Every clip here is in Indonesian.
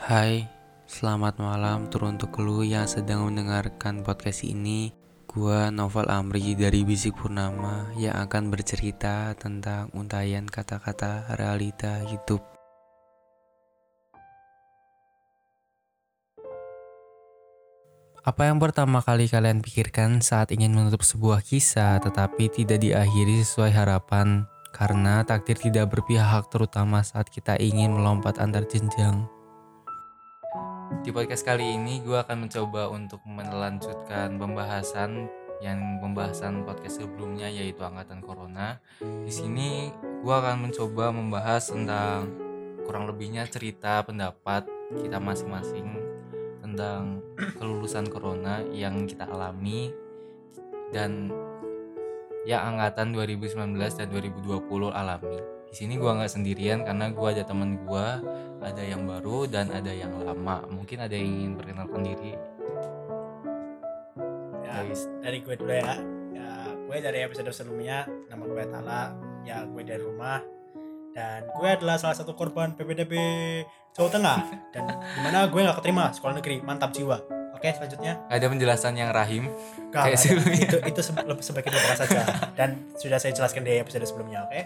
Hai, selamat malam teruntuk lu yang sedang mendengarkan podcast ini. Gua Novel Amri dari Bisik Purnama yang akan bercerita tentang untayan kata-kata realita hidup. Apa yang pertama kali kalian pikirkan saat ingin menutup sebuah kisah tetapi tidak diakhiri sesuai harapan? Karena takdir tidak berpihak, terutama saat kita ingin melompat antar jenjang. Di podcast kali ini gue akan mencoba untuk melanjutkan pembahasan podcast sebelumnya, yaitu angkatan corona. Di sini gue akan mencoba membahas tentang kurang lebihnya cerita pendapat kita masing-masing tentang kelulusan corona yang kita alami dan yang angkatan 2019 dan 2020 alami. Di sini gue nggak sendirian karena gue ada teman gue, ada yang baru dan ada yang lama. Mungkin ada yang ingin perkenalkan diri. Ya, dari gue dulu ya. Gue dari episode sebelumnya, nama gue Tala. Ya, gue dari rumah. Dan gue adalah salah satu korban PPDB Jawa Tengah. Dan dimana gue gak keterima sekolah negeri, mantap jiwa. Oke, selanjutnya. Ada penjelasan yang rahim. Gak, itu sebagai lupa saja. Dan sudah saya jelaskan di episode sebelumnya. Oke.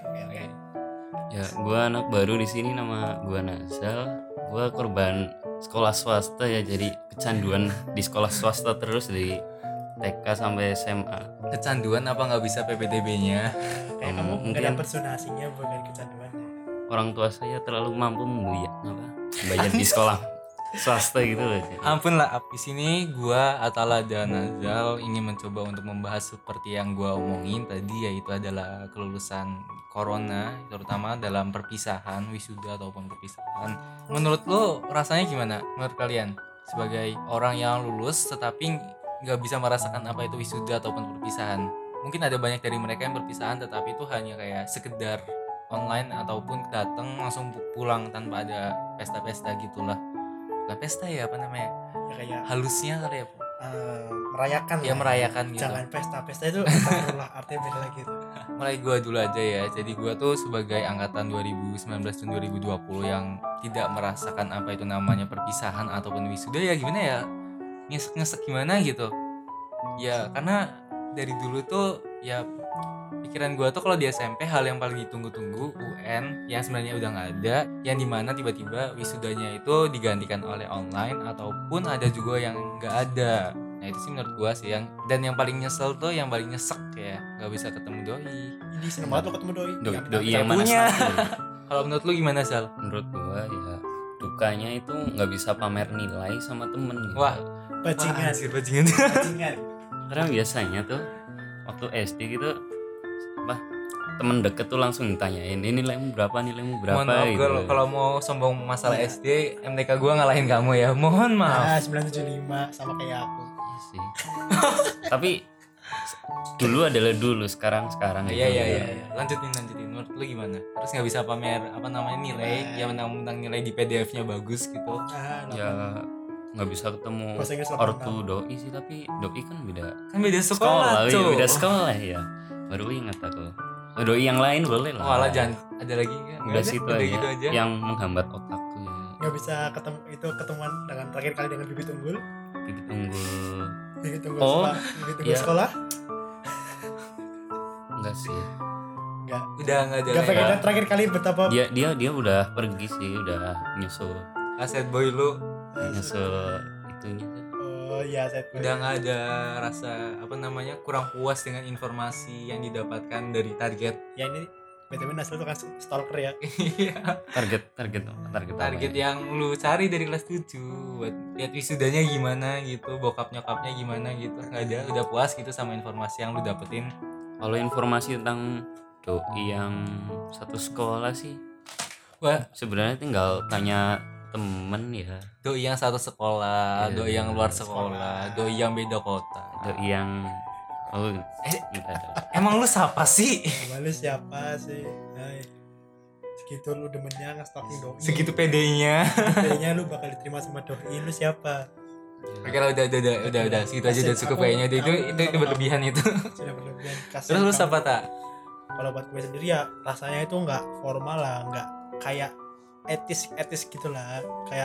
Ya, gue anak baru di sini, nama gue Nazal. Gue korban sekolah swasta ya, jadi kecanduan di sekolah swasta terus dari TK sampai SMA. Kecanduan apa nggak bisa PPDB-nya? Kayak kamu mungkin gak dapat zonasinya bukan kecanduannya. Orang tua saya terlalu mampu bayar di sekolah swasta gitu loh. Ampun lah, di sini gua Atala dan Nazal ingin mencoba untuk membahas seperti yang gua omongin tadi, yaitu adalah kelulusan corona, terutama dalam perpisahan, wisuda ataupun perpisahan. Menurut lo rasanya gimana? Menurut kalian sebagai orang yang lulus tetapi nggak bisa merasakan apa itu wisuda ataupun perpisahan? Mungkin ada banyak dari mereka yang perpisahan tetapi itu hanya kayak sekedar online ataupun datang langsung pulang tanpa ada pesta-pesta gitulah. Bukan pesta ya, apa namanya? Ya kayak halusnya kali ya. merayakan Ya, lah. merayakan gitu. Jangan pesta itu astagfirullah, artinya beda lagi itu. Mulai gue dulu aja ya. Jadi gue tuh sebagai angkatan 2019 dan 2020 yang tidak merasakan apa itu namanya perpisahan ataupun wisuda, ya gimana ya, nyesek gimana gitu ya, karena dari dulu tuh ya pikiran gue tuh kalau di SMP hal yang paling ditunggu-tunggu UN yang sebenarnya udah nggak ada, yang dimana tiba-tiba wisudanya itu digantikan oleh online ataupun ada juga yang nggak ada. Nah itu sih menurut gue sih yang, dan yang paling nyesel tuh, yang paling nyesek ya nggak bisa ketemu doi. Ini seneng banget lo ketemu doi. Doi yang mana punya. satu? Kalau menurut lu gimana, Sal? Menurut gue ya dukanya itu nggak bisa pamer nilai sama temen gitu. Wah, bajingan. bajingan. Karena biasanya tuh waktu SD gitu temen deket tuh langsung ditanyain ini nilaimu berapa Mohon maaf, gitu. kalau mau sombong masalah SD, MTK gue ngalahin kamu ya. Mohon maaf. 975 sama kayak aku. Iya sih. Tapi dulu adalah dulu, sekarang Iya. Lanjutin. Menurut lu gimana? Terus nggak bisa pamer apa namanya nilai, ya mentang nilai di PDF-nya bagus gitu. Ya nggak bisa ketemu Bahasa Inggris ortu doi sih, tapi doi kan beda Kan beda sekolah, ya, tuh. beda sekolah ya. Baru ingat aku. Doi yang lain boleh lah. Malah jangan ada lagi kan? Udah situ Udah aja, gitu aja. yang menghambat otakku ya. Nggak bisa ketemu, itu ketemuan dengan terakhir kali dengan bibit unggul. Bibit unggul Oh, bibit unggul iya. sekolah. enggak sih. Udah nggak ada. Nggak pengen terakhir kali betapa Dia udah pergi sih, udah nyusul Aset boy lu itunya tuh. Oh iya, saya udah nggak ada rasa apa namanya kurang puas dengan informasi yang didapatkan dari target. Ya ini BTW Nasrul tuh kan stalker ya. Iya. Target yang lu cari dari kelas 7 buat lihat wisudanya gimana gitu, bokap nyokapnya gimana gitu. Nggak ada, udah puas gitu sama informasi yang lu dapetin. Kalau informasi tentang doi yang satu sekolah sih, Wah, sebenarnya tinggal tanya temen ya. doi yang satu sekolah, Iya, doi yang luar sekolah, doi yang beda kota. Doi yang enggak ada. Emang lu siapa sih? Lalu siapa sih? Hai. Segitu lu demennya nge-stalking doi. Segitu pedenya. Kayaknya lu bakal diterima sama doi, lu siapa? Oke lah, udah segitu aja, udah cukup kayaknya. Itu berlebihan itu. Sudah berlebihan. Terus lu siapa tak? Kalau buat gue sendiri ya rasanya itu nggak formal lah, nggak kayak etis gitulah, kayak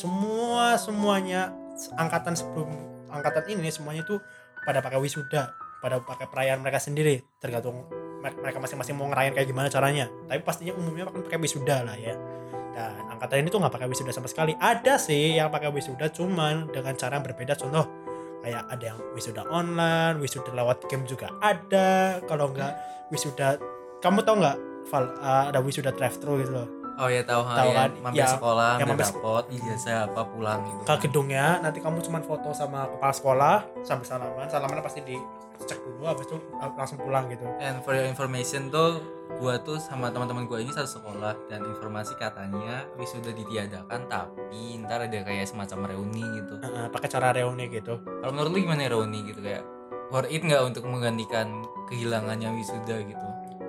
semuanya angkatan sebelum angkatan ini semuanya tuh pada pakai wisuda, pada pakai perayaan mereka sendiri, tergantung mereka masing-masing mau ngerayain kayak gimana caranya, tapi pastinya umumnya akan pakai wisuda lah ya. Dan angkatan ini tuh nggak pakai wisuda sama sekali. Ada sih yang pakai wisuda, cuman dengan cara yang berbeda. Contoh kayak ada yang wisuda online, wisuda lewat game juga ada. Kalau nggak wisuda, kamu tahu nggak Val, ada wisuda drive-thru gitu loh. Oh ya tahu Tahu ya, kan? mampir Ya, sekolah, yang ambil mampir rapot, ijazah apa pulang gitu. Ke gedungnya nanti kamu cuma foto sama kepala sekolah sambil salaman pasti dicek dulu, habis itu langsung pulang gitu. And for your information tuh, gua tuh sama teman-teman gua ini satu sekolah, dan informasi katanya wisuda ditiadakan tapi ntar ada kayak semacam reuni gitu. Pakai cara reuni gitu. Kalau menurut lu gimana reuni gitu, kayak worth it nggak untuk menggantikan kehilangannya wisuda gitu?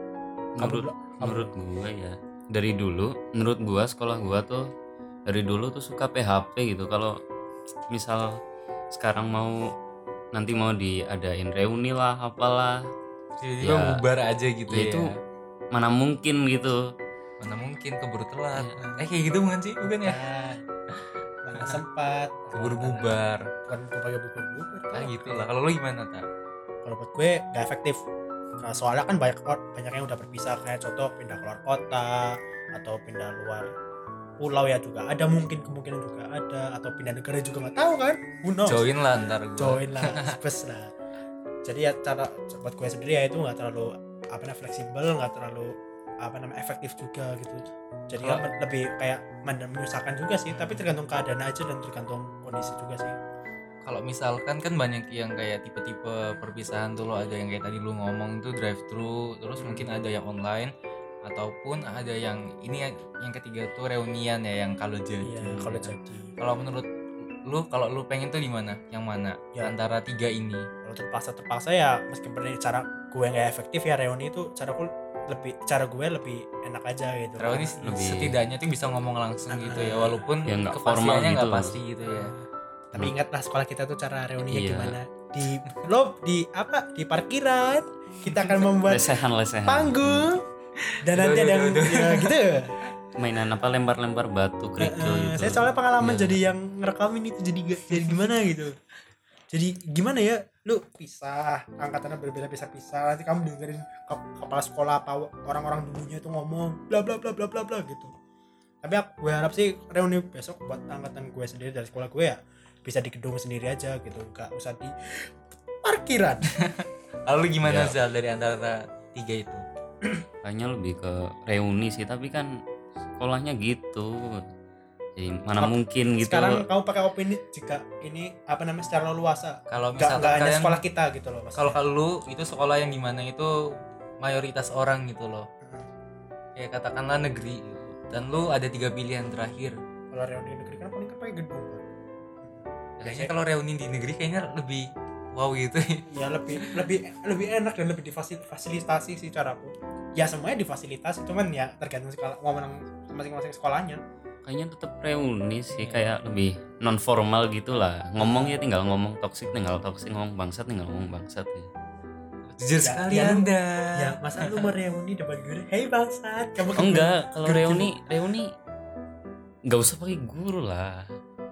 Menurut gua ya, dari dulu menurut gua sekolah gua tuh dari dulu tuh suka PHP gitu. Kalau misal sekarang nanti mau diadain reuni lah apalah, Tiba-tiba Ya, bubar aja gitu ya ya. itu mana mungkin gitu. Mana mungkin, keburu telat. Ya. Kayak gitu bukan sih? Bukan ya? Mana sempat Keburu bubar. bukan pakai bubar Ah gitu lah. Kalau lu gimana, Ta? kalau buat gue gak efektif. Nah, soalnya kan banyak yang udah berpisah, kayak contoh pindah keluar kota atau pindah luar pulau ya juga ada, kemungkinan juga ada, atau pindah negara juga nggak tahu kan, who knows. Join lah ntar gua. Join lah bes lah. Jadi ya cara buat gue sendiri ya itu nggak terlalu fleksibel, nggak terlalu efektif juga gitu. Jadi ya lebih kayak menyusahkan juga sih, tapi tergantung keadaan aja dan tergantung kondisi juga sih. Kalau misalkan kan banyak yang kayak tipe-tipe perpisahan tuh, lo ada yang kayak tadi lu ngomong tuh drive thru, terus mungkin ada yang online, ataupun ada yang ini yang ketiga tuh reunian ya, yang kalau jadi. Iya, kalau jadi. Kalau menurut lu, kalau lu pengen tuh di mana? Yang mana? Ya. Antara tiga ini. Kalau terpaksa ya, meskipun cara gue nggak efektif ya, reuni itu cara gue lebih enak aja gitu. Reuni lebih- setidaknya tuh bisa ngomong langsung gitu ya, walaupun Ya, nggak formal kepastiannya nggak gitu. pasti gitu ya. Tapi ingatlah sekolah kita tuh cara reuninya Iya. gimana? Di parkiran kita akan membuat Lesehan panggung dan nanti ada yang ya, gitu. mainan apa lempar-lempar batu kerikil gitu. Saya soalnya pengalaman Iya. jadi yang ngerekamin itu, jadi gimana gitu. Jadi gimana ya, lu pisah, angkatannya berbeda, bisa pisah, nanti kamu dengerin kepala sekolah apa orang-orang dulunya itu ngomong bla bla bla bla bla bla gitu. Tapi gue harap sih reuni besok buat angkatan gue sendiri dari sekolah gue ya bisa di gedung sendiri aja gitu, gak usah di parkiran. Lalu gimana Ya. Zal dari antara tiga itu? Kayaknya lebih ke reuni sih, tapi kan sekolahnya gitu. Jadi mana mungkin gitu. Sekarang kamu pakai opini jika ini secara luasa, Kalau gak misalkan hanya kalian, sekolah kita gitu loh maksudnya. kalau lu itu sekolah yang dimana itu mayoritas orang gitu loh, kayak katakanlah negeri gitu, dan lu ada tiga pilihan terakhir. Kalau reuni negeri kan paling pakai gedung kan. Kayaknya kalau reuni di negeri kayaknya lebih wow gitu. Ya lebih enak dan lebih difasilitasi sih caraku. Ya semuanya difasilitasi, cuman ya tergantung sekolah, masing-masing sekolahnya. Kayaknya tetap reuni sih, kayak lebih non formal gitulah. Ngomong ya tinggal ngomong toksik, ngomong bangsat tinggal ngomong bangsat ya. Jujur Ya, sekali ya, Anda. Ya masa lu mau reuni depan guru, hei bangsat kamu Oh, enggak, kalau Guru- reuni nggak usah pakai guru lah.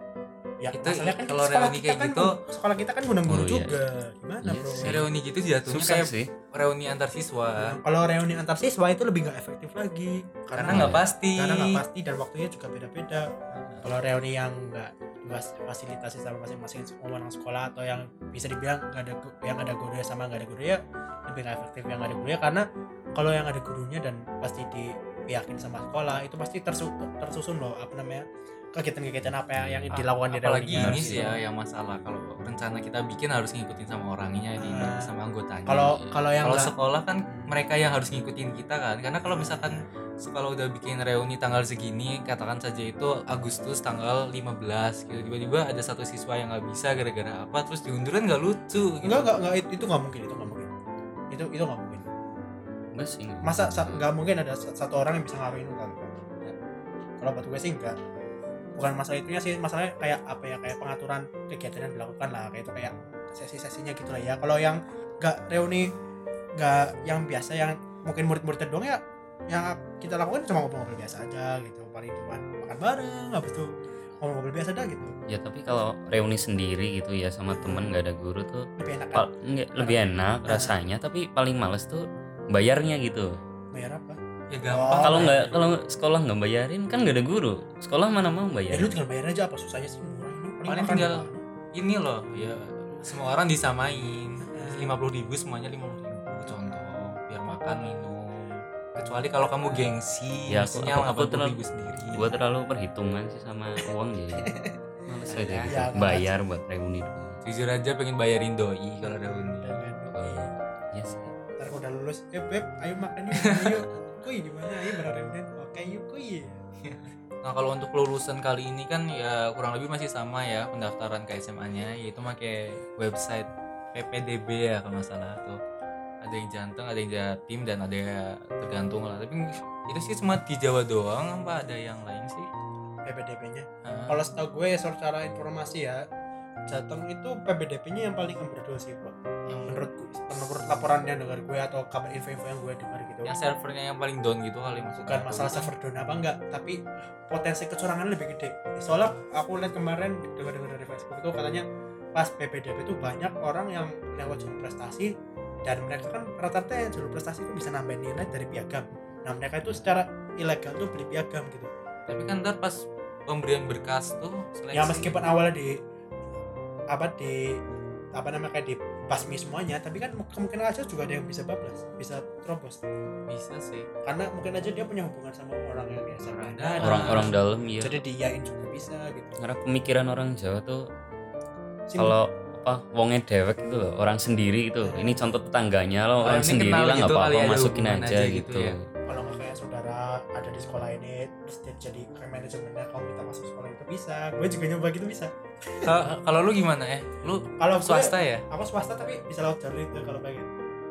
Ya Itu masalahnya kan kalau sekolah reuni kita kayak kan, gitu, sekolah kita kan ngundang guru Oh, iya. juga. Gimana Iya bro? sih. reuni gitu jatuhnya Susah kayak sih. reuni antar siswa, Kalau reuni antar siswa itu lebih nggak efektif lagi karena nggak pasti. karena nggak pasti dan waktunya juga beda-beda. Kalau reuni yang nggak fasilitasi sama masing-masing orang sekolah, atau yang bisa dibilang nggak ada yang ada gurunya sama nggak ada gurunya, lebih nggak efektif yang ada gurunya, karena kalau yang ada gurunya dan pasti diyakin sama sekolah itu pasti tersusun loh kegiatan-kegiatan apa yang dilakukan di reuni. Apalagi ini sih ya yang masalah, kalau rencana kita bikin harus ngikutin sama orangnya, sama anggotanya. Kalau yang Kalau nggak, sekolah kan mereka yang harus ngikutin kita kan, karena kalau misalkan sekolah udah bikin reuni tanggal segini, katakan saja itu Agustus tanggal 15 gitu, tiba-tiba ada satu siswa yang nggak bisa gara-gara apa, terus diundur kan nggak lucu gitu. enggak itu nggak mungkin itu nggak mungkin. Enggak sih. Masa nggak mungkin ada satu orang yang bisa ngaruhin itu kan? Kalau buat gue sih enggak. Bukan masalah itunya sih, masalahnya kayak kayak pengaturan kegiatan yang dilakukan lah, kayak itu kayak sesi-sesinya gitu lah ya. Kalau yang enggak reuni, enggak yang biasa, yang mungkin murid-muridnya doang ya, yang kita lakukan cuma ngobrol-ngobrol biasa aja gitu. paling cuma makan bareng habis itu ngobrol-ngobrol biasa dah gitu. Ya tapi kalau reuni sendiri gitu ya sama temen nggak ada guru tuh Lebih enak kan? lebih enak rasanya, tapi paling males tuh bayarnya gitu. Bayar apa? Ya Oh, gampang. Kalau sekolah nggak bayarin kan nggak ada guru, sekolah mana mau Ya bayar. lu tinggal bayar aja, apa susahnya sih, murah ini. Paling makan tinggal doang. ini loh ya, semua orang disamain 50.000 semuanya 50.000 contoh biar makan minum, kecuali kalau kamu gengsi Ya, mestinya aku 80.000 sendiri. Gue terlalu perhitungan sih sama uang jadi males aja Ya, gitu. ya, Bayar buat reuni doang. jujur aja pengen bayarin doi kalau ada uni. Iya sih. Ntar kalau udah lulus, beb, ayo makan yuk, yuk. Kuy gimana? Ayo bareng reunian. Oke yuk kuy. Nah kalau untuk kelulusan kali ini kan ya kurang lebih masih sama ya pendaftaran ke SMA-nya, yaitu pakai website PPDB ya kalau nggak salah tuh. Ada yang Janteng, ada yang Jatim, dan ada tergantung lah. Tapi itu sih cuma di Jawa doang, apa ada yang lain sih? PPDB-nya. Ah, Kalau setahu gue secara informasi ya, Jateng itu PPDB-nya yang paling ambrol sih, Pak. yang Menurut laporan yang dengar gue atau kabar info-info yang gue dengar gitu. yang servernya yang paling down gitu kali maksudnya. Bukan masalah server down apa enggak, tapi potensi kecurangan lebih gede. Soalnya aku lihat kemarin dengar dari Facebook itu katanya pas PPDB itu banyak orang yang lewat jalur prestasi, dan mereka kan rata-rata yang jalur prestasi itu bisa nambahin nilai dari piagam. Nah mereka itu secara ilegal tuh beli piagam gitu. Tapi kan ntar pas pemberian berkas tuh seleksi. Ya meskipun awalnya di apa namanya kayak dibasmi semuanya, tapi kan kemungkinan aja juga ada yang bisa bablas, bisa terobos. bisa sih. Karena mungkin aja dia punya hubungan sama orang yang biasa Orang ada. dalam. Orang-orang dalam ya. Jadi diiyain juga bisa gitu. Karena pemikiran orang Jawa tuh Sini. kalau apa wongnya dewek gitu loh, orang sendiri gitu. Ini contoh tetangganya loh, orang Ini sendiri kenal lah nggak gitu kali, apa-apa ada masukin hubungan aja gitu. ya. Kalau nggak kayak saudara ada di sekolah ini terus dia jadi kayak manajemennya, kamu minta masuk sekolah itu bisa. Gue juga nyoba gitu bisa. Kalau lu gimana ya? Lu Kalau gue- swasta ya? Aku swasta tapi bisa lewat jalur itu kalau pengen.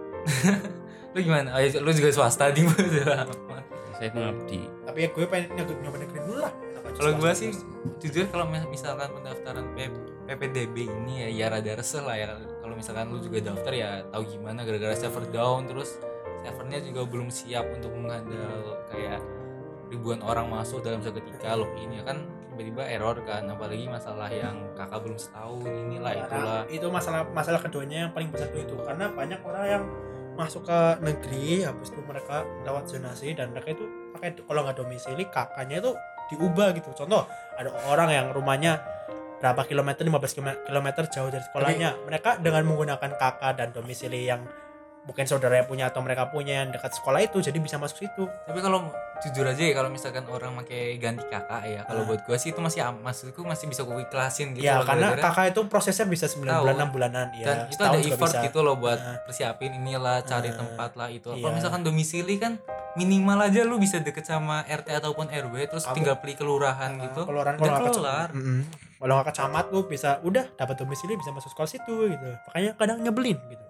Lu gimana? Oh, ya, lu juga swasta di mana? Saya mengabdi. Tapi ya gue pengen nyoba negeri dulu lah. Kenapa aja Kalau gue swasta sih terus? jujur kalau misalkan pendaftaran PPDB ini ya rada reseh lah ya. Kalau misalkan lu juga daftar ya tahu gimana gara-gara server down, terus servernya juga belum siap untuk menghandle kayak ribuan orang masuk dalam seketika login ya kan, tiba-tiba error kan, apalagi masalah yang kakak belum setahun inilah itulah. Karena itu masalah keduanya yang paling besar itu karena banyak orang yang masuk ke negeri habis itu mereka lewat zonasi dan mereka itu pakai kalau nggak domisili kakaknya itu diubah gitu. Contoh ada orang yang rumahnya berapa kilometer, 15 kilometer jauh dari sekolahnya, mereka dengan menggunakan kakak dan domisili yang mungkin saudara punya atau mereka punya yang dekat sekolah itu jadi bisa masuk situ. Tapi kalau jujur aja ya, kalau misalkan orang pakai ganti kakak ya, kalau buat gue sih itu masih maksudku masih bisa gue ikhlasin gitu Ya loh, karena gara-gara- kakak itu prosesnya bisa 9 Tahu. bulan 6 bulanan ya. dan itu setahun ada juga effort bisa. gitu loh buat Nah. persiapin inilah, cari Nah. tempat lah itu. Iya. Kalau misalkan domisili kan minimal aja lu bisa deket sama RT ataupun RW, terus Kamu- tinggal pilih kelurahan gitu. Kelurahan Udah kalau nggak kelar. Kalau nggak ke camat lu bisa udah dapat domisili bisa masuk sekolah situ gitu. Makanya kadang nyebelin gitu.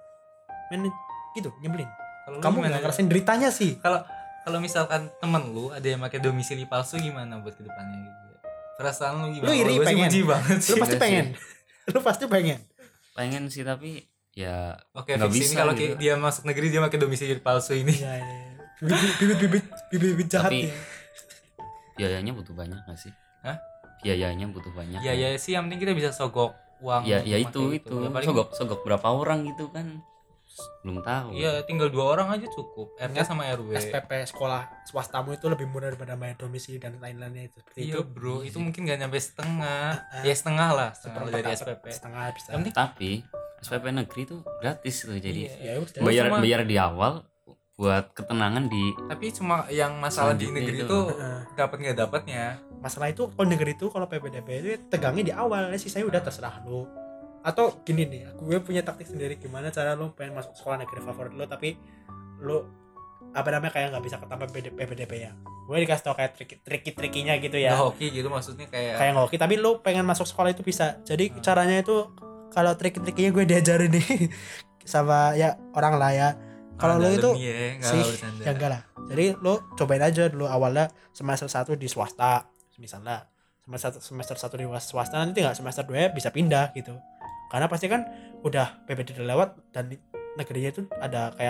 Gitu nyebelin. Kalau lu Kamu gimana? nggak ngerasain deritanya sih. Kalau misalkan temen lu ada yang pakai domisili palsu gimana buat kedepannya gitu? Perasaan lu gimana? Lu iri, Kalau gua sih pengen. benci banget sih. Lu pasti Iya sih. pengen. Lu pasti pengen. Pengen sih tapi ya Oke, nggak fix ini bisa kalau gitu. dia masuk negeri dia pakai domisili palsu ini. Iya, iya. Bibit jahat Tapi- ya. biayanya butuh banyak nggak sih? Hah? Biayanya butuh banyak. Ya ya sih, yang penting kita bisa sogok uang. Ya untuk itu pakai itu. Ya, paling- Sogok berapa orang gitu kan? Belum tahu. Iya, tinggal 2 orang aja cukup. RT sama RW. SPP sekolah swastamu itu lebih murah daripada bayar domisili dan lain-lainnya itu. Seperti Iya itu. bro, itu mungkin gak nyampe setengah. Ya setengah lah, setengah Seperempat dari atau SPP. setengah bisa. Yang penting Tapi SPP negeri tuh gratis tuh jadi iya. Ya udah. bayar Cuma- bayar di awal buat ketenangan di Tapi cuma yang masalah di Selanjutnya negeri itu. itu Heeh. dapat nggak dapatnya. Masalah itu kalau negeri itu kalau PPDB itu tegangnya di awal, sisanya udah terserah lu. Atau gini nih, gue punya taktik sendiri gimana cara lu pengen masuk sekolah negeri favorit lu tapi lu apa namanya kayak nggak bisa ketambah PPDB ya. Gue dikasih tau kayak triki-trikinya gitu ya. Nggak hoki gitu maksudnya kayak Kayak ngoki tapi lu pengen masuk sekolah itu bisa. Jadi caranya itu kalau triki-trikinya gue diajarin nih sama ya orang lah ya. Kalau lu itu sih ya enggak lah. Jadi lu cobain aja dulu awalnya semester 1 di swasta misalnya. Semester 1 di swasta, nanti tinggal semester 2 bisa pindah gitu. Karena pasti kan udah PPDB lewat dan di negerinya itu ada kayak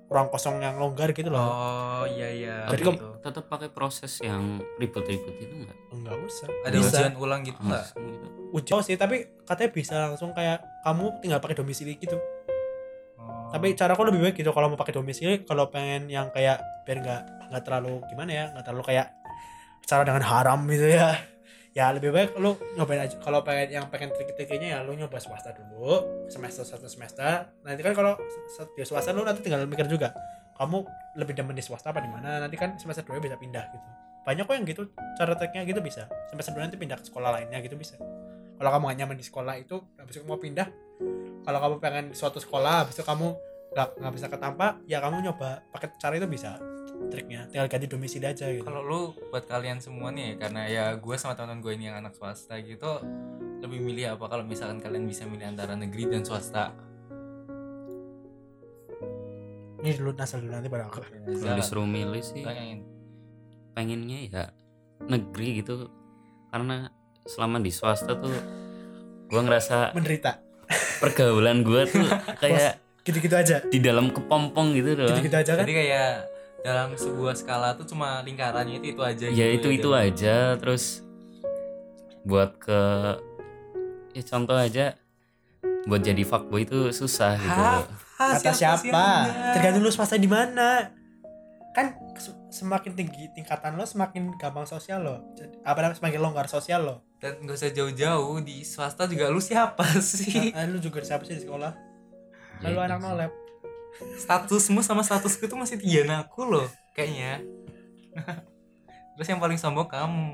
ruang kosong yang longgar gitu loh. Oh iya Jadi Tapi gitu. tetap pakai proses yang ribut-ribut itu enggak? Enggak usah. Ada bisa ujian ulang gitu enggak? Langsung gitu. ujian sih, tapi katanya bisa langsung kayak kamu tinggal pakai domisili gitu. Oh. Tapi cara aku lebih baik gitu kalau mau pakai domisili, kalau pengen yang kayak biar nggak terlalu gimana ya, nggak terlalu kayak cara dengan haram gitu ya. Ya lebih baik lu nyobain aja. Kalau pengen trik-triknya ya lu nyoba swasta dulu semester 1 semester. Nanti kan kalau di swasta lu nanti tinggal mikir juga, kamu lebih demen di swasta apa di mana. Nanti kan semester 2 bisa pindah gitu. Banyak kok yang gitu, cara triknya gitu bisa. Semester 2 nanti pindah ke sekolah lainnya gitu bisa. Kalau kamu gak nyaman di sekolah itu, habis itu mau pindah. Kalau kamu pengen di suatu sekolah, habis itu kamu nggak bisa ketampak, ya kamu nyoba pakai cara itu bisa. Triknya tinggal ganti domisili aja gitu. Kalau lu buat kalian semua nih, karena ya gue sama teman gue ini yang anak swasta gitu, lebih milih apa kalau misalkan kalian bisa milih antara negeri dan swasta? Ini dulu Nasal dulu nanti pada aku. Kalau disuruh milih sih Tanyain. pengennya ya negeri gitu, karena selama di swasta tuh gua ngerasa Menderita pergaulan gua tuh kayak gitu-gitu aja. di dalam kepompong gitu doang. Gitu-gitu aja kan. Jadi kayak dalam sebuah skala tuh cuma lingkarannya itu aja Ya gitu itu dan- aja. Terus buat ke ya contoh aja, buat jadi fuckboy itu susah gitu. Kata siapa? Tergantung lu swasta di mana. Kan semakin tinggi tingkatan lo semakin gampang sosial lo. Jadi, apa namanya, semakin longgar sosial lo. Dan gak usah jauh-jauh, di swasta juga lu siapa sih? Lu juga siapa sih di sekolah? Ya, Lu itu anak sih. nolep. Statusmu sama statusku tuh masih tiga aku loh kayaknya. Terus yang paling sombong kamu.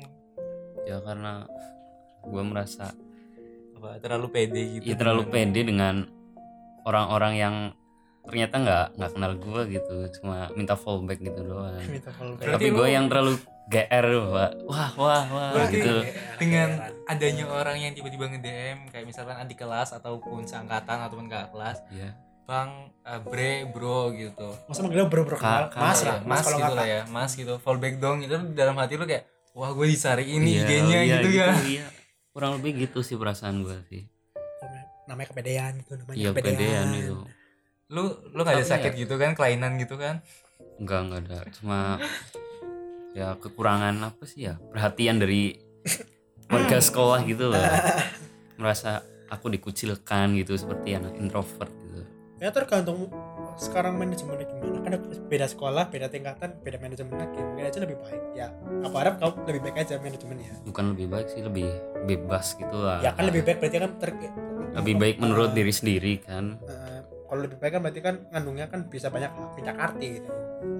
Ya karena gua merasa Apa terlalu pede gitu. ya terlalu pede dengan orang-orang yang ternyata nggak kenal gua gitu, cuma minta fallback gitu doang. Minta follow. Berarti Tapi gue lu- yang terlalu GR Pak. Wah Berarti gitu. dengan adanya orang yang tiba-tiba nge-DM kayak misalkan adik kelas ataupun seangkatan ataupun kakak kelas, Ya. Bang, bre, bro gitu. Masa manggilnya bro kenal? Kak, Mas Ya, lah, mas kalau gitu kakak. lah ya, mas gitu. Fallback dong gitu dalam hati lu kayak, wah gue disariin nih Iya, IG-nya iya, gitu ya. Iya. Kurang lebih gitu sih perasaan gue sih. Namanya kepedean gitu, namanya Iya kepedean itu. Lu gak ada Tapi sakit ya- gitu kan, kelainan gitu kan? Enggak ada. Cuma ya kekurangan apa sih ya? Perhatian dari warga sekolah gitu loh. Merasa aku dikucilkan gitu seperti anak introvert gitu. Ya tergantung sekarang manajemennya gimana. Kan beda sekolah, beda tingkatan, beda manajemen lagi. Mungkin aja lebih baik. Ya, aku harap kamu lebih baik aja manajemennya. Bukan lebih baik sih, lebih bebas gitu lah. Ya kan lebih baik berarti kan Lebih baik menurut diri sendiri kan. kalau lebih baik kan berarti kan ngandungnya kan bisa banyak arti gitu.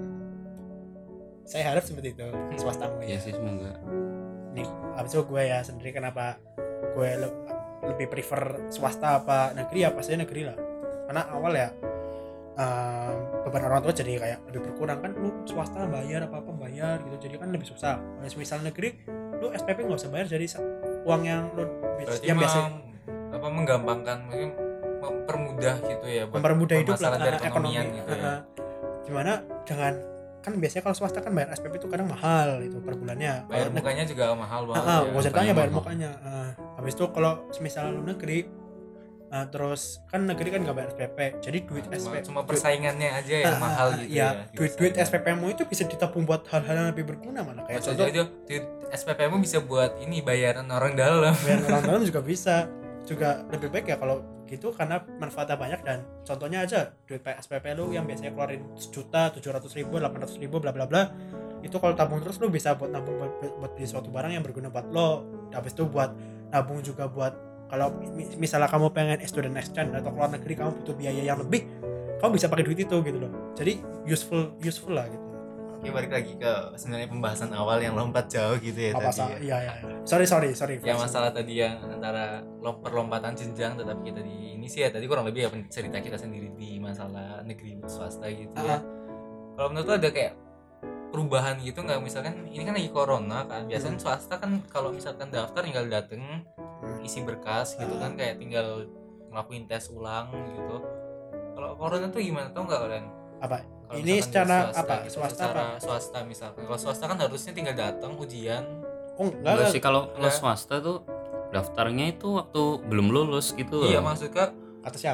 Saya harap seperti itu swasta gue Ya ya. sih semoga. Nih, abis itu gue ya sendiri kenapa gue lebih prefer swasta apa negeri, ya pasti negeri lah. Karena awal ya beban orang tua jadi kayak lebih berkurang kan. Lu swasta bayar apa bayar gitu, jadi kan lebih susah. Kalau misal negeri lu SPP nggak usah bayar, jadi uang yang lu Berarti yang biasa apa menggampangkan, mungkin mempermudah gitu ya buat mempermudah hidup lah, permasalahan perekonomian ekonomi gitu ya. gimana dengan kan biasanya kalau swasta kan bayar SPP itu kadang mahal itu per bulannya. Bayar Kalau mukanya juga mahal banget Nah, ya. gue ceritanya bayar mahal. mukanya. Habis itu kalau misalnya lu negeri, terus kan negeri kan nggak bayar SPP, jadi duit SPP Cuma persaingannya aja yang mahal gitu ya. ya. Duit SPP-mu itu bisa ditabung buat hal-hal yang lebih berguna, malah kayak Contoh contoh aja duit SPP-mu bisa buat ini bayaran orang dalam. bayar orang dalam juga bisa, juga lebih baik ya kalau gitu karena manfaatnya banyak. Dan contohnya aja duit SPP lu yang biasanya keluarin 1.700.000, 800.000 bla bla bla, itu kalau tabung terus lu bisa buat nabung buat beli suatu barang yang berguna buat lo. Habis itu buat nabung juga buat kalau misalnya kamu pengen student exchange atau keluar negeri, kamu butuh biaya yang lebih, kamu bisa pakai duit itu gitu loh. Jadi useful lah gitu. Oke, balik lagi ke sebenarnya pembahasan awal yang lompat jauh gitu ya Apa tadi. iya. Sorry. Ya masalah tadi yang antara perlompatan jenjang, tetapi kita di ini sih ya tadi kurang lebih ya cerita kita sendiri di masalah negeri swasta gitu ya. Kalau menurut lo ada kayak perubahan gitu nggak, misalkan ini kan lagi corona kan, biasanya swasta kan kalau misalkan daftar tinggal dateng isi berkas gitu kan, kayak tinggal ngelakuin tes ulang gitu. Kalau corona tuh gimana, tau nggak kalian? Apa? Kalau Ini misalkan secara di apa? gitu, Swasta secara apa? swasta misalkan. Kalau swasta kan harusnya tinggal datang ujian. Oh Enggak sih, kalau Enggak. swasta tuh daftarnya itu waktu belum lulus gitu loh. Iya maksudnya kata siapa?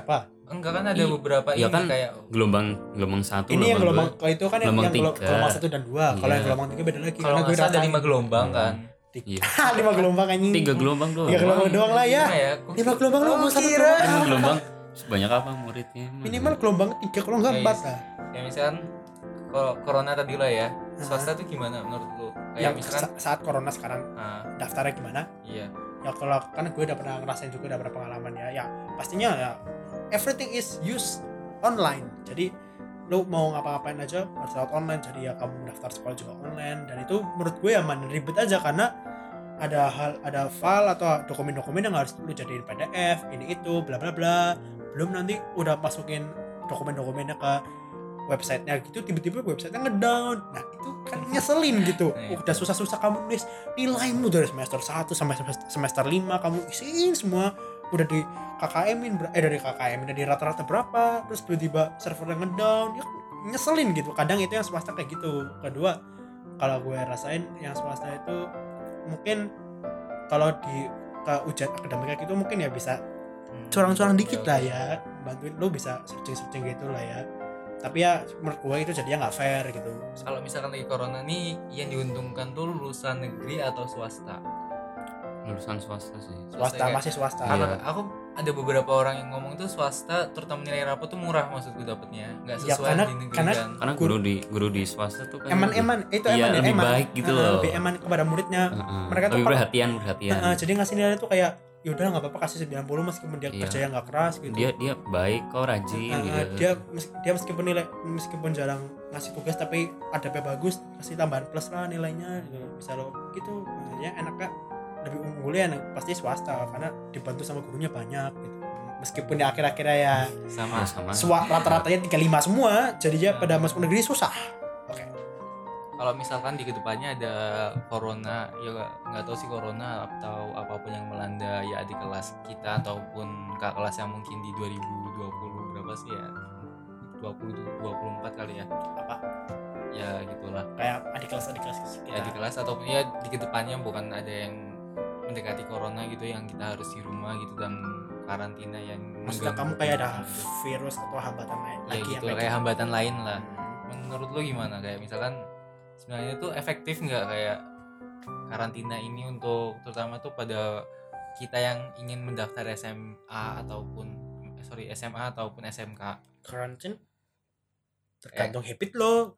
enggak kan ada beberapa Iya ini kan kayak gelombang 1, Ini yang gelombang dua. itu kan Gelombang yang tiga. gelombang 1 dan 2. Kalau yang Iya. gelombang 3 beda lagi. kalau Karena gue nggak salah ada rasain 5 gelombang kan. Iya. 5 gelombang anjing. 3 gelombang doang. 3 gelombang doang lah ya. Gimana ya? 5 gelombang lu mau satu kira. gelombang. 5 gelombang sebanyak apa muridnya? Minimal gelombang 3 kalau enggak 4 lah. Kayak misalkan corona tadi lah ya, swasta tuh gimana menurut lu? Kayak Yang misalkan saat corona sekarang nah, daftarnya gimana? iya. Ya kalau kan gue udah pernah ngerasain juga, udah pernah pengalaman ya. Ya pastinya ya everything is used online. Jadi lu mau ngapa-ngapain aja harus lewat online. Jadi ya kamu daftar sekolah juga online, dan itu menurut gue aman, ribet aja karena ada file atau dokumen-dokumen yang harus lu jadiin PDF, ini itu bla bla bla. Belum nanti udah masukin dokumen-dokumennya ke websitenya gitu, tiba-tiba websitenya ngedown. Nah itu kan ngeselin gitu. Udah susah-susah kamu nulis nilaimu dari semester 1 sampai semester 5 kamu isiin semua, udah di KKM-in dari KKM dari rata-rata berapa, terus tiba-tiba servernya ngedown. Ya ngeselin gitu. Kadang itu yang swasta kayak gitu. Kedua, kalau gue rasain yang swasta itu mungkin kalau di ke ujian akademik gitu mungkin ya bisa curang-curang dikit lah ya, bantuin lo bisa searching gitu lah ya. Tapi ya menurut gue itu jadinya nggak fair gitu. Kalau misalkan lagi corona nih, yang diuntungkan tuh lulusan negeri atau swasta? Lulusan swasta sih. Swasta, kayak- masih swasta. Iya. Karena aku ada beberapa orang yang ngomong tuh swasta, terutama nilai rapot tuh murah maksudku dapetnya, nggak Ya, sesuai karena- di negeri karena- kan. Karena guru di swasta tuh kan Eman itu iya, eman ya, lebih eman. baik gitu loh. Lebih eman kepada muridnya. Mereka tuh lebih kalau- perhatian. Jadi ngasih nilai tuh kayak yaudah nggak apa-apa kasih 90 meskipun dia Iya. kerja yang nggak keras gitu. Dia baik kok, rajin gitu. Dia meskipun jarang ngasih tugas tapi adabnya bagus, kasih tambahan plus lah nilainya gitu. Bisa lo gitu. Makanya enaknya lebih unggulnya pasti swasta karena dibantu sama gurunya banyak gitu. Meskipun di akhir-akhirnya ya Sama. Sama. rata-ratanya 35 semua, jadinya pada masuk negeri susah. Oke. Kalau misalkan di kedepannya ada corona, ya nggak tahu sih corona atau apapun yang melanda ya adik kelas kita ataupun kakak kelas yang mungkin di 2020 berapa sih ya, 24 kali ya, Apa? ya gitulah. Kayak adik kelas Ya di kelas ataupun ya di kedepannya bukan ada yang mendekati corona gitu yang kita harus di rumah gitu dan karantina yang Maksudnya mengganggu kamu kayak ada kita. virus atau hambatan lain ya lagi gitu yang kayak hambatan lain lah. Menurut lo gimana, kayak misalkan sebenarnya itu efektif nggak kayak karantina ini untuk terutama tuh pada kita yang ingin mendaftar SMA ataupun SMK, karantin tergantung habit lo,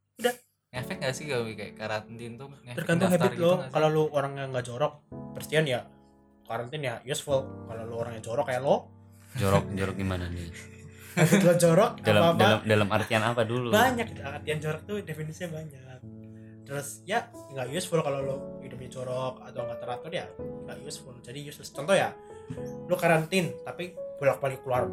efek nggak sih kalau kayak karantin tuh ngefek tergantung daftar habit gitu lo. nggak sih? Kalau lo orangnya nggak jorok bersihan ya karantin ya useful. Kalau lo orangnya jorok kayak lo, Jorok gimana nih? habit lo jorok Dalam artian apa dulu? banyak. Artian jorok tuh definisinya banyak. Terus ya nggak useful kalau lo hidupnya jorok atau nggak teratur ya nggak useful, jadi useless. Contoh ya, lo karantin tapi bolak-balik keluar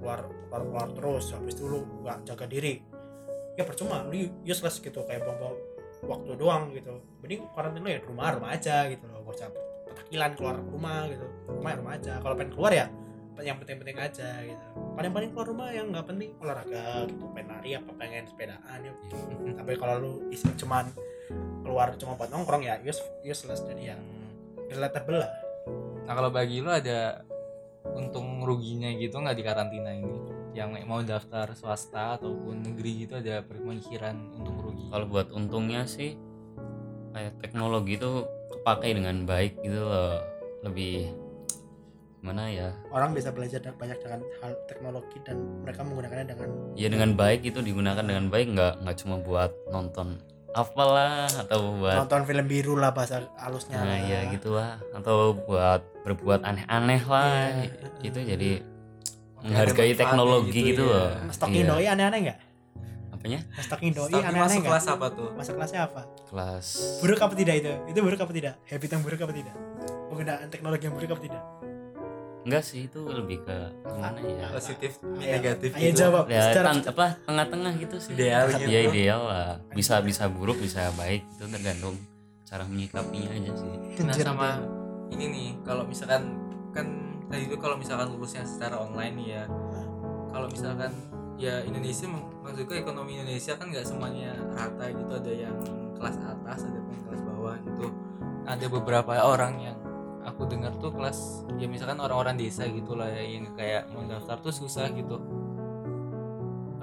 terus, habis itu lo nggak jaga diri, ya percuma, lo useless gitu, kayak buang waktu doang gitu. Mending karantin lo ya di rumah aja gitu loh, gak usah petakilan keluar rumah gitu. Rumah aja, kalau pengen keluar ya yang penting-penting aja gitu. Paling keluar rumah yang nggak penting olahraga gitu, pengen lari apa pengen sepedaan ya. Tapi kalau lu isi cuman keluar cuma buat nongkrong ya useless, jadi ya relatable lah. Nah kalau bagi lo ada untung ruginya gitu nggak di karantina ini, yang mau daftar swasta ataupun negeri gitu, ada pemikiran untung rugi? Kalau buat untungnya sih kayak teknologi itu kepakai dengan baik gitu loh. Lebih gimana ya? Orang bisa belajar banyak dengan hal teknologi dan mereka menggunakannya dengan baik, itu digunakan dengan baik, nggak cuma buat nonton apalah atau buat nonton film biru lah bahasa halusnya. nah ya gitulah, atau buat berbuat aneh-aneh lah. Itu jadi menghargai manfaatnya teknologi gitu gitu ya. loh. Stalking Iya. doi aneh-aneh nggak? Apanya? Stalking doi Stalking aneh-aneh masuk nggak? kelas apa tuh? Masa kelasnya apa? Kelas Buruk apa tidak itu? Itu buruk apa tidak? Habit yang buruk apa tidak? Penggunaan teknologi yang buruk apa tidak? enggak sih, itu lebih ke gimana ya? Positif, Ayo, negatif ayo gitu. jawab Ya secara tengah-tengah gitu sih. Ideal gitu. Ya ideal lah. Bisa buruk, bisa baik, itu tergantung cara menyikapinya aja sih. Nah sama ini nih, kalau misalkan kan tadi itu kalau misalkan lulusnya secara online nih ya, kalau misalkan ya Indonesia, maksudku ekonomi Indonesia kan nggak semuanya rata gitu, ada yang kelas atas, ada yang kelas bawah gitu. Ada beberapa orang yang aku dengar tuh kelas ya misalkan orang-orang desa gitu lah ya, yang kayak mau daftar tuh susah gitu.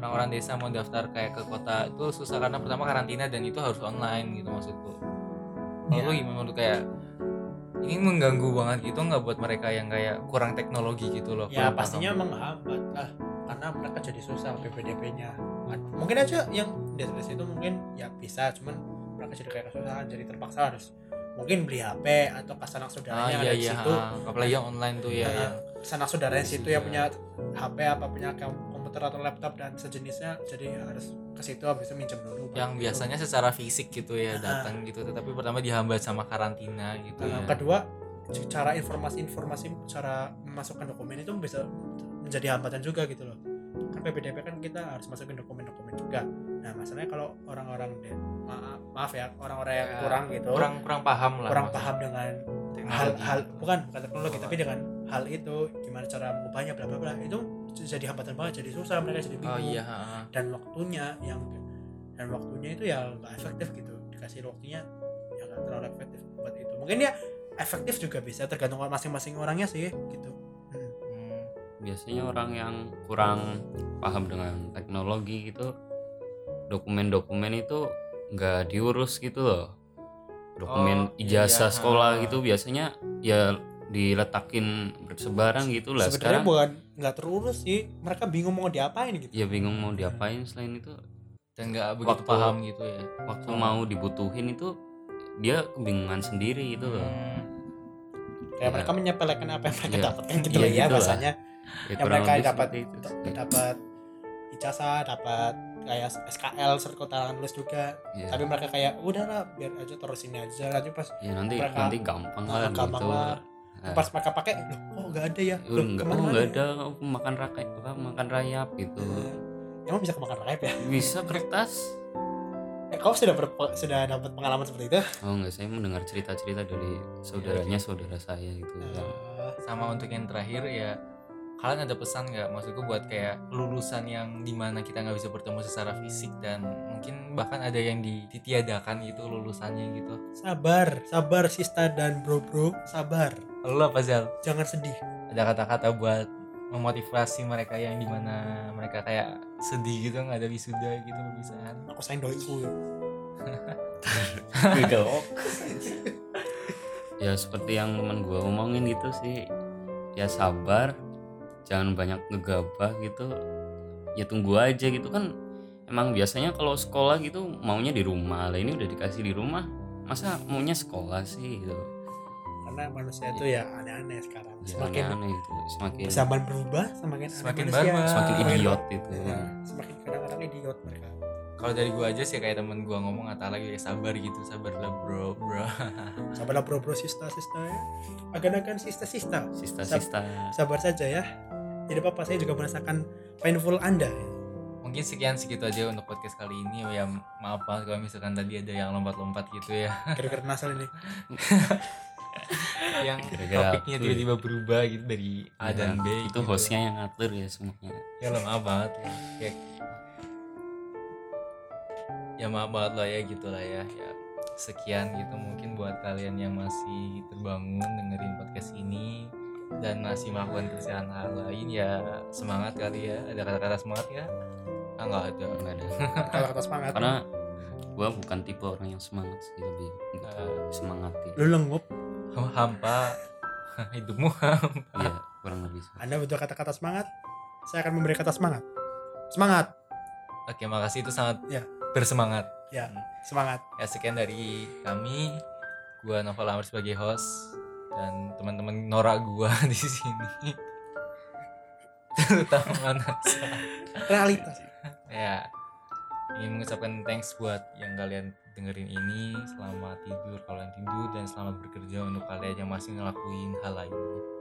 orang-orang desa mau daftar kayak ke kota itu susah karena pertama karantina dan itu harus online gitu maksudku. Kalau Iya. lu gimana menurut kayak ini mengganggu banget gitu nggak buat mereka yang kayak kurang teknologi gitu loh? Ya kurang pastinya paham. menghambat lah, karena mereka jadi susah PPDB-nya. Mungkin aja yang di situ mungkin ya bisa, cuman mereka jadi kayak kesusahan, jadi terpaksa harus mungkin beli HP atau ke sanak saudaranya yang ada di situ. Apalagi yang online tuh ya. Nah, sanak saudaranya Iya situ juga. yang punya HP apa punya komputer atau laptop dan sejenisnya, jadi harus ke situ habis itu minjem dulu. Yang baru biasanya secara fisik gitu ya Nah. datang gitu, tetapi pertama dihambat sama karantina gitu ya. Kedua, cara informasi cara memasukkan dokumen itu bisa menjadi hambatan juga gitu loh. Kan PPDB kan kita harus masukin dokumen-dokumen juga. Nah masalahnya kalau orang-orang maaf ya, orang-orang yang Ya, kurang gitu, kurang paham lah. kurang maksudnya. paham dengan Teknologi. hal bukan teknologi, tapi dengan hal itu gimana cara mengubahnya bla bla bla, itu jadi hambatan banget, jadi susah, mereka jadi bingung. Oh iya. Ha. Dan waktunya itu ya nggak efektif gitu, dikasih waktunya ya nggak terlalu efektif buat itu. Mungkin ya efektif juga bisa, tergantung masing-masing orangnya sih gitu. Hmm. Biasanya orang yang kurang paham dengan teknologi gitu, dokumen-dokumen itu nggak diurus gitu loh. Dokumen Oh, ijazah iya. sekolah gitu biasanya ya diletakin bersebaran gitu lah. Sebenarnya Sekarang bukan nggak terurus sih, mereka bingung mau diapain gitu. ya bingung mau diapain. Selain itu Dan nggak begitu Waktu- paham gitu ya. waktu mau dibutuhin itu dia kebingungan sendiri gitu loh. Kayak Ya. mereka menyepelekan apa yang mereka Iya. dapatkan gitu Iya, lah ya gitu lah. bahasanya. Ya, Yang kurang mereka lebih dapat seperti itu sih. dapat ijazah, dapat kayak SKL surat keterangan lulus juga. Iya. Tapi mereka kayak udahlah biar aja taruh sini aja, nanti pas Ya nanti mereka- gampang lah gampang gitu. lah. Nah, pas mereka pakai loh kok nggak ada ya, loh kemana-mana enggak ya? ada aku makan rakyat makan rayap gitu. Emang bisa kemakan rayap ya? Bisa kertas. Kau sudah dapat pengalaman seperti itu? Oh enggak, saya mendengar cerita-cerita dari saudaranya saudara saya gitu. Sama untuk yang terakhir ya, kalian ada pesan nggak maksudku buat kayak lulusan yang dimana kita nggak bisa bertemu secara fisik dan mungkin bahkan ada yang ditiadakan gitu lulusannya gitu. Sabar Sista dan bro, sabar. Lalu apa Zal? Jangan sedih. Ada kata-kata buat memotivasi mereka yang dimana mereka kayak sedih gitu nggak ada wisuda gitu perpisahan. Aku sayang doiku. Ya seperti yang teman gua omongin gitu sih. Ya sabar, jangan banyak ngegabah gitu. Ya tunggu aja gitu kan. Emang biasanya kalau sekolah gitu maunya di rumah. Lah ini udah dikasih di rumah. Masa maunya sekolah sih gitu. Karena manusia itu ya aneh-aneh sekarang. Ya, Semakin aneh itu, semakin zaman berubah, semakin Semakin aneh manusia. barbar. semakin Semakin idiot itu. Semakin kadang-kadang idiot mereka. Kalau dari gua aja sih kayak temen gua ngomong kata lagi ya sabar gitu, sabarlah bro. Sabarlah bro sista ya. Agan-agan sista. Sista-sista. Sabar saja ya. Tidak apa-apa, saya juga merasakan painful Anda. Mungkin sekian segitu aja untuk podcast kali ini ya, maaf banget kalau misalkan tadi ada yang lompat-lompat gitu ya. Gara-gara nasal ini. Yang Gara-gara topiknya aku. tiba-tiba berubah gitu dari A Ya, dan B itu gitu. hostnya yang ngatur ya semuanya. Ya lo maaf banget ya. Ya maaf banget lah ya gitu lah ya. Ya sekian gitu mungkin buat kalian yang masih terbangun dengerin podcast ini dan masih melakukan kerjaan hal lain ya, semangat kali ya. Ada kata-kata semangat ya? Nggak ada. Enggak ada. Kata-kata semangat. Karena gua bukan tipe orang yang semangat sih, lebih semangati. Lu lengup. Hampa hidupmu hampa. Iya, kurang lebih. Anda butuh kata-kata semangat. Saya akan memberi kata semangat. Semangat. Oke, makasih itu sangat Ya. bersemangat. Ya, semangat. Ya sekian dari kami. Gua Novel Amr sebagai host dan teman-teman Nora gua di sini. Terutama Nasa. Realitas. Ya. Ingin mengucapkan thanks buat yang kalian dengerin ini. Selamat tidur kalian tidur dan selamat bekerja untuk kalian yang masih ngelakuin hal lainnya.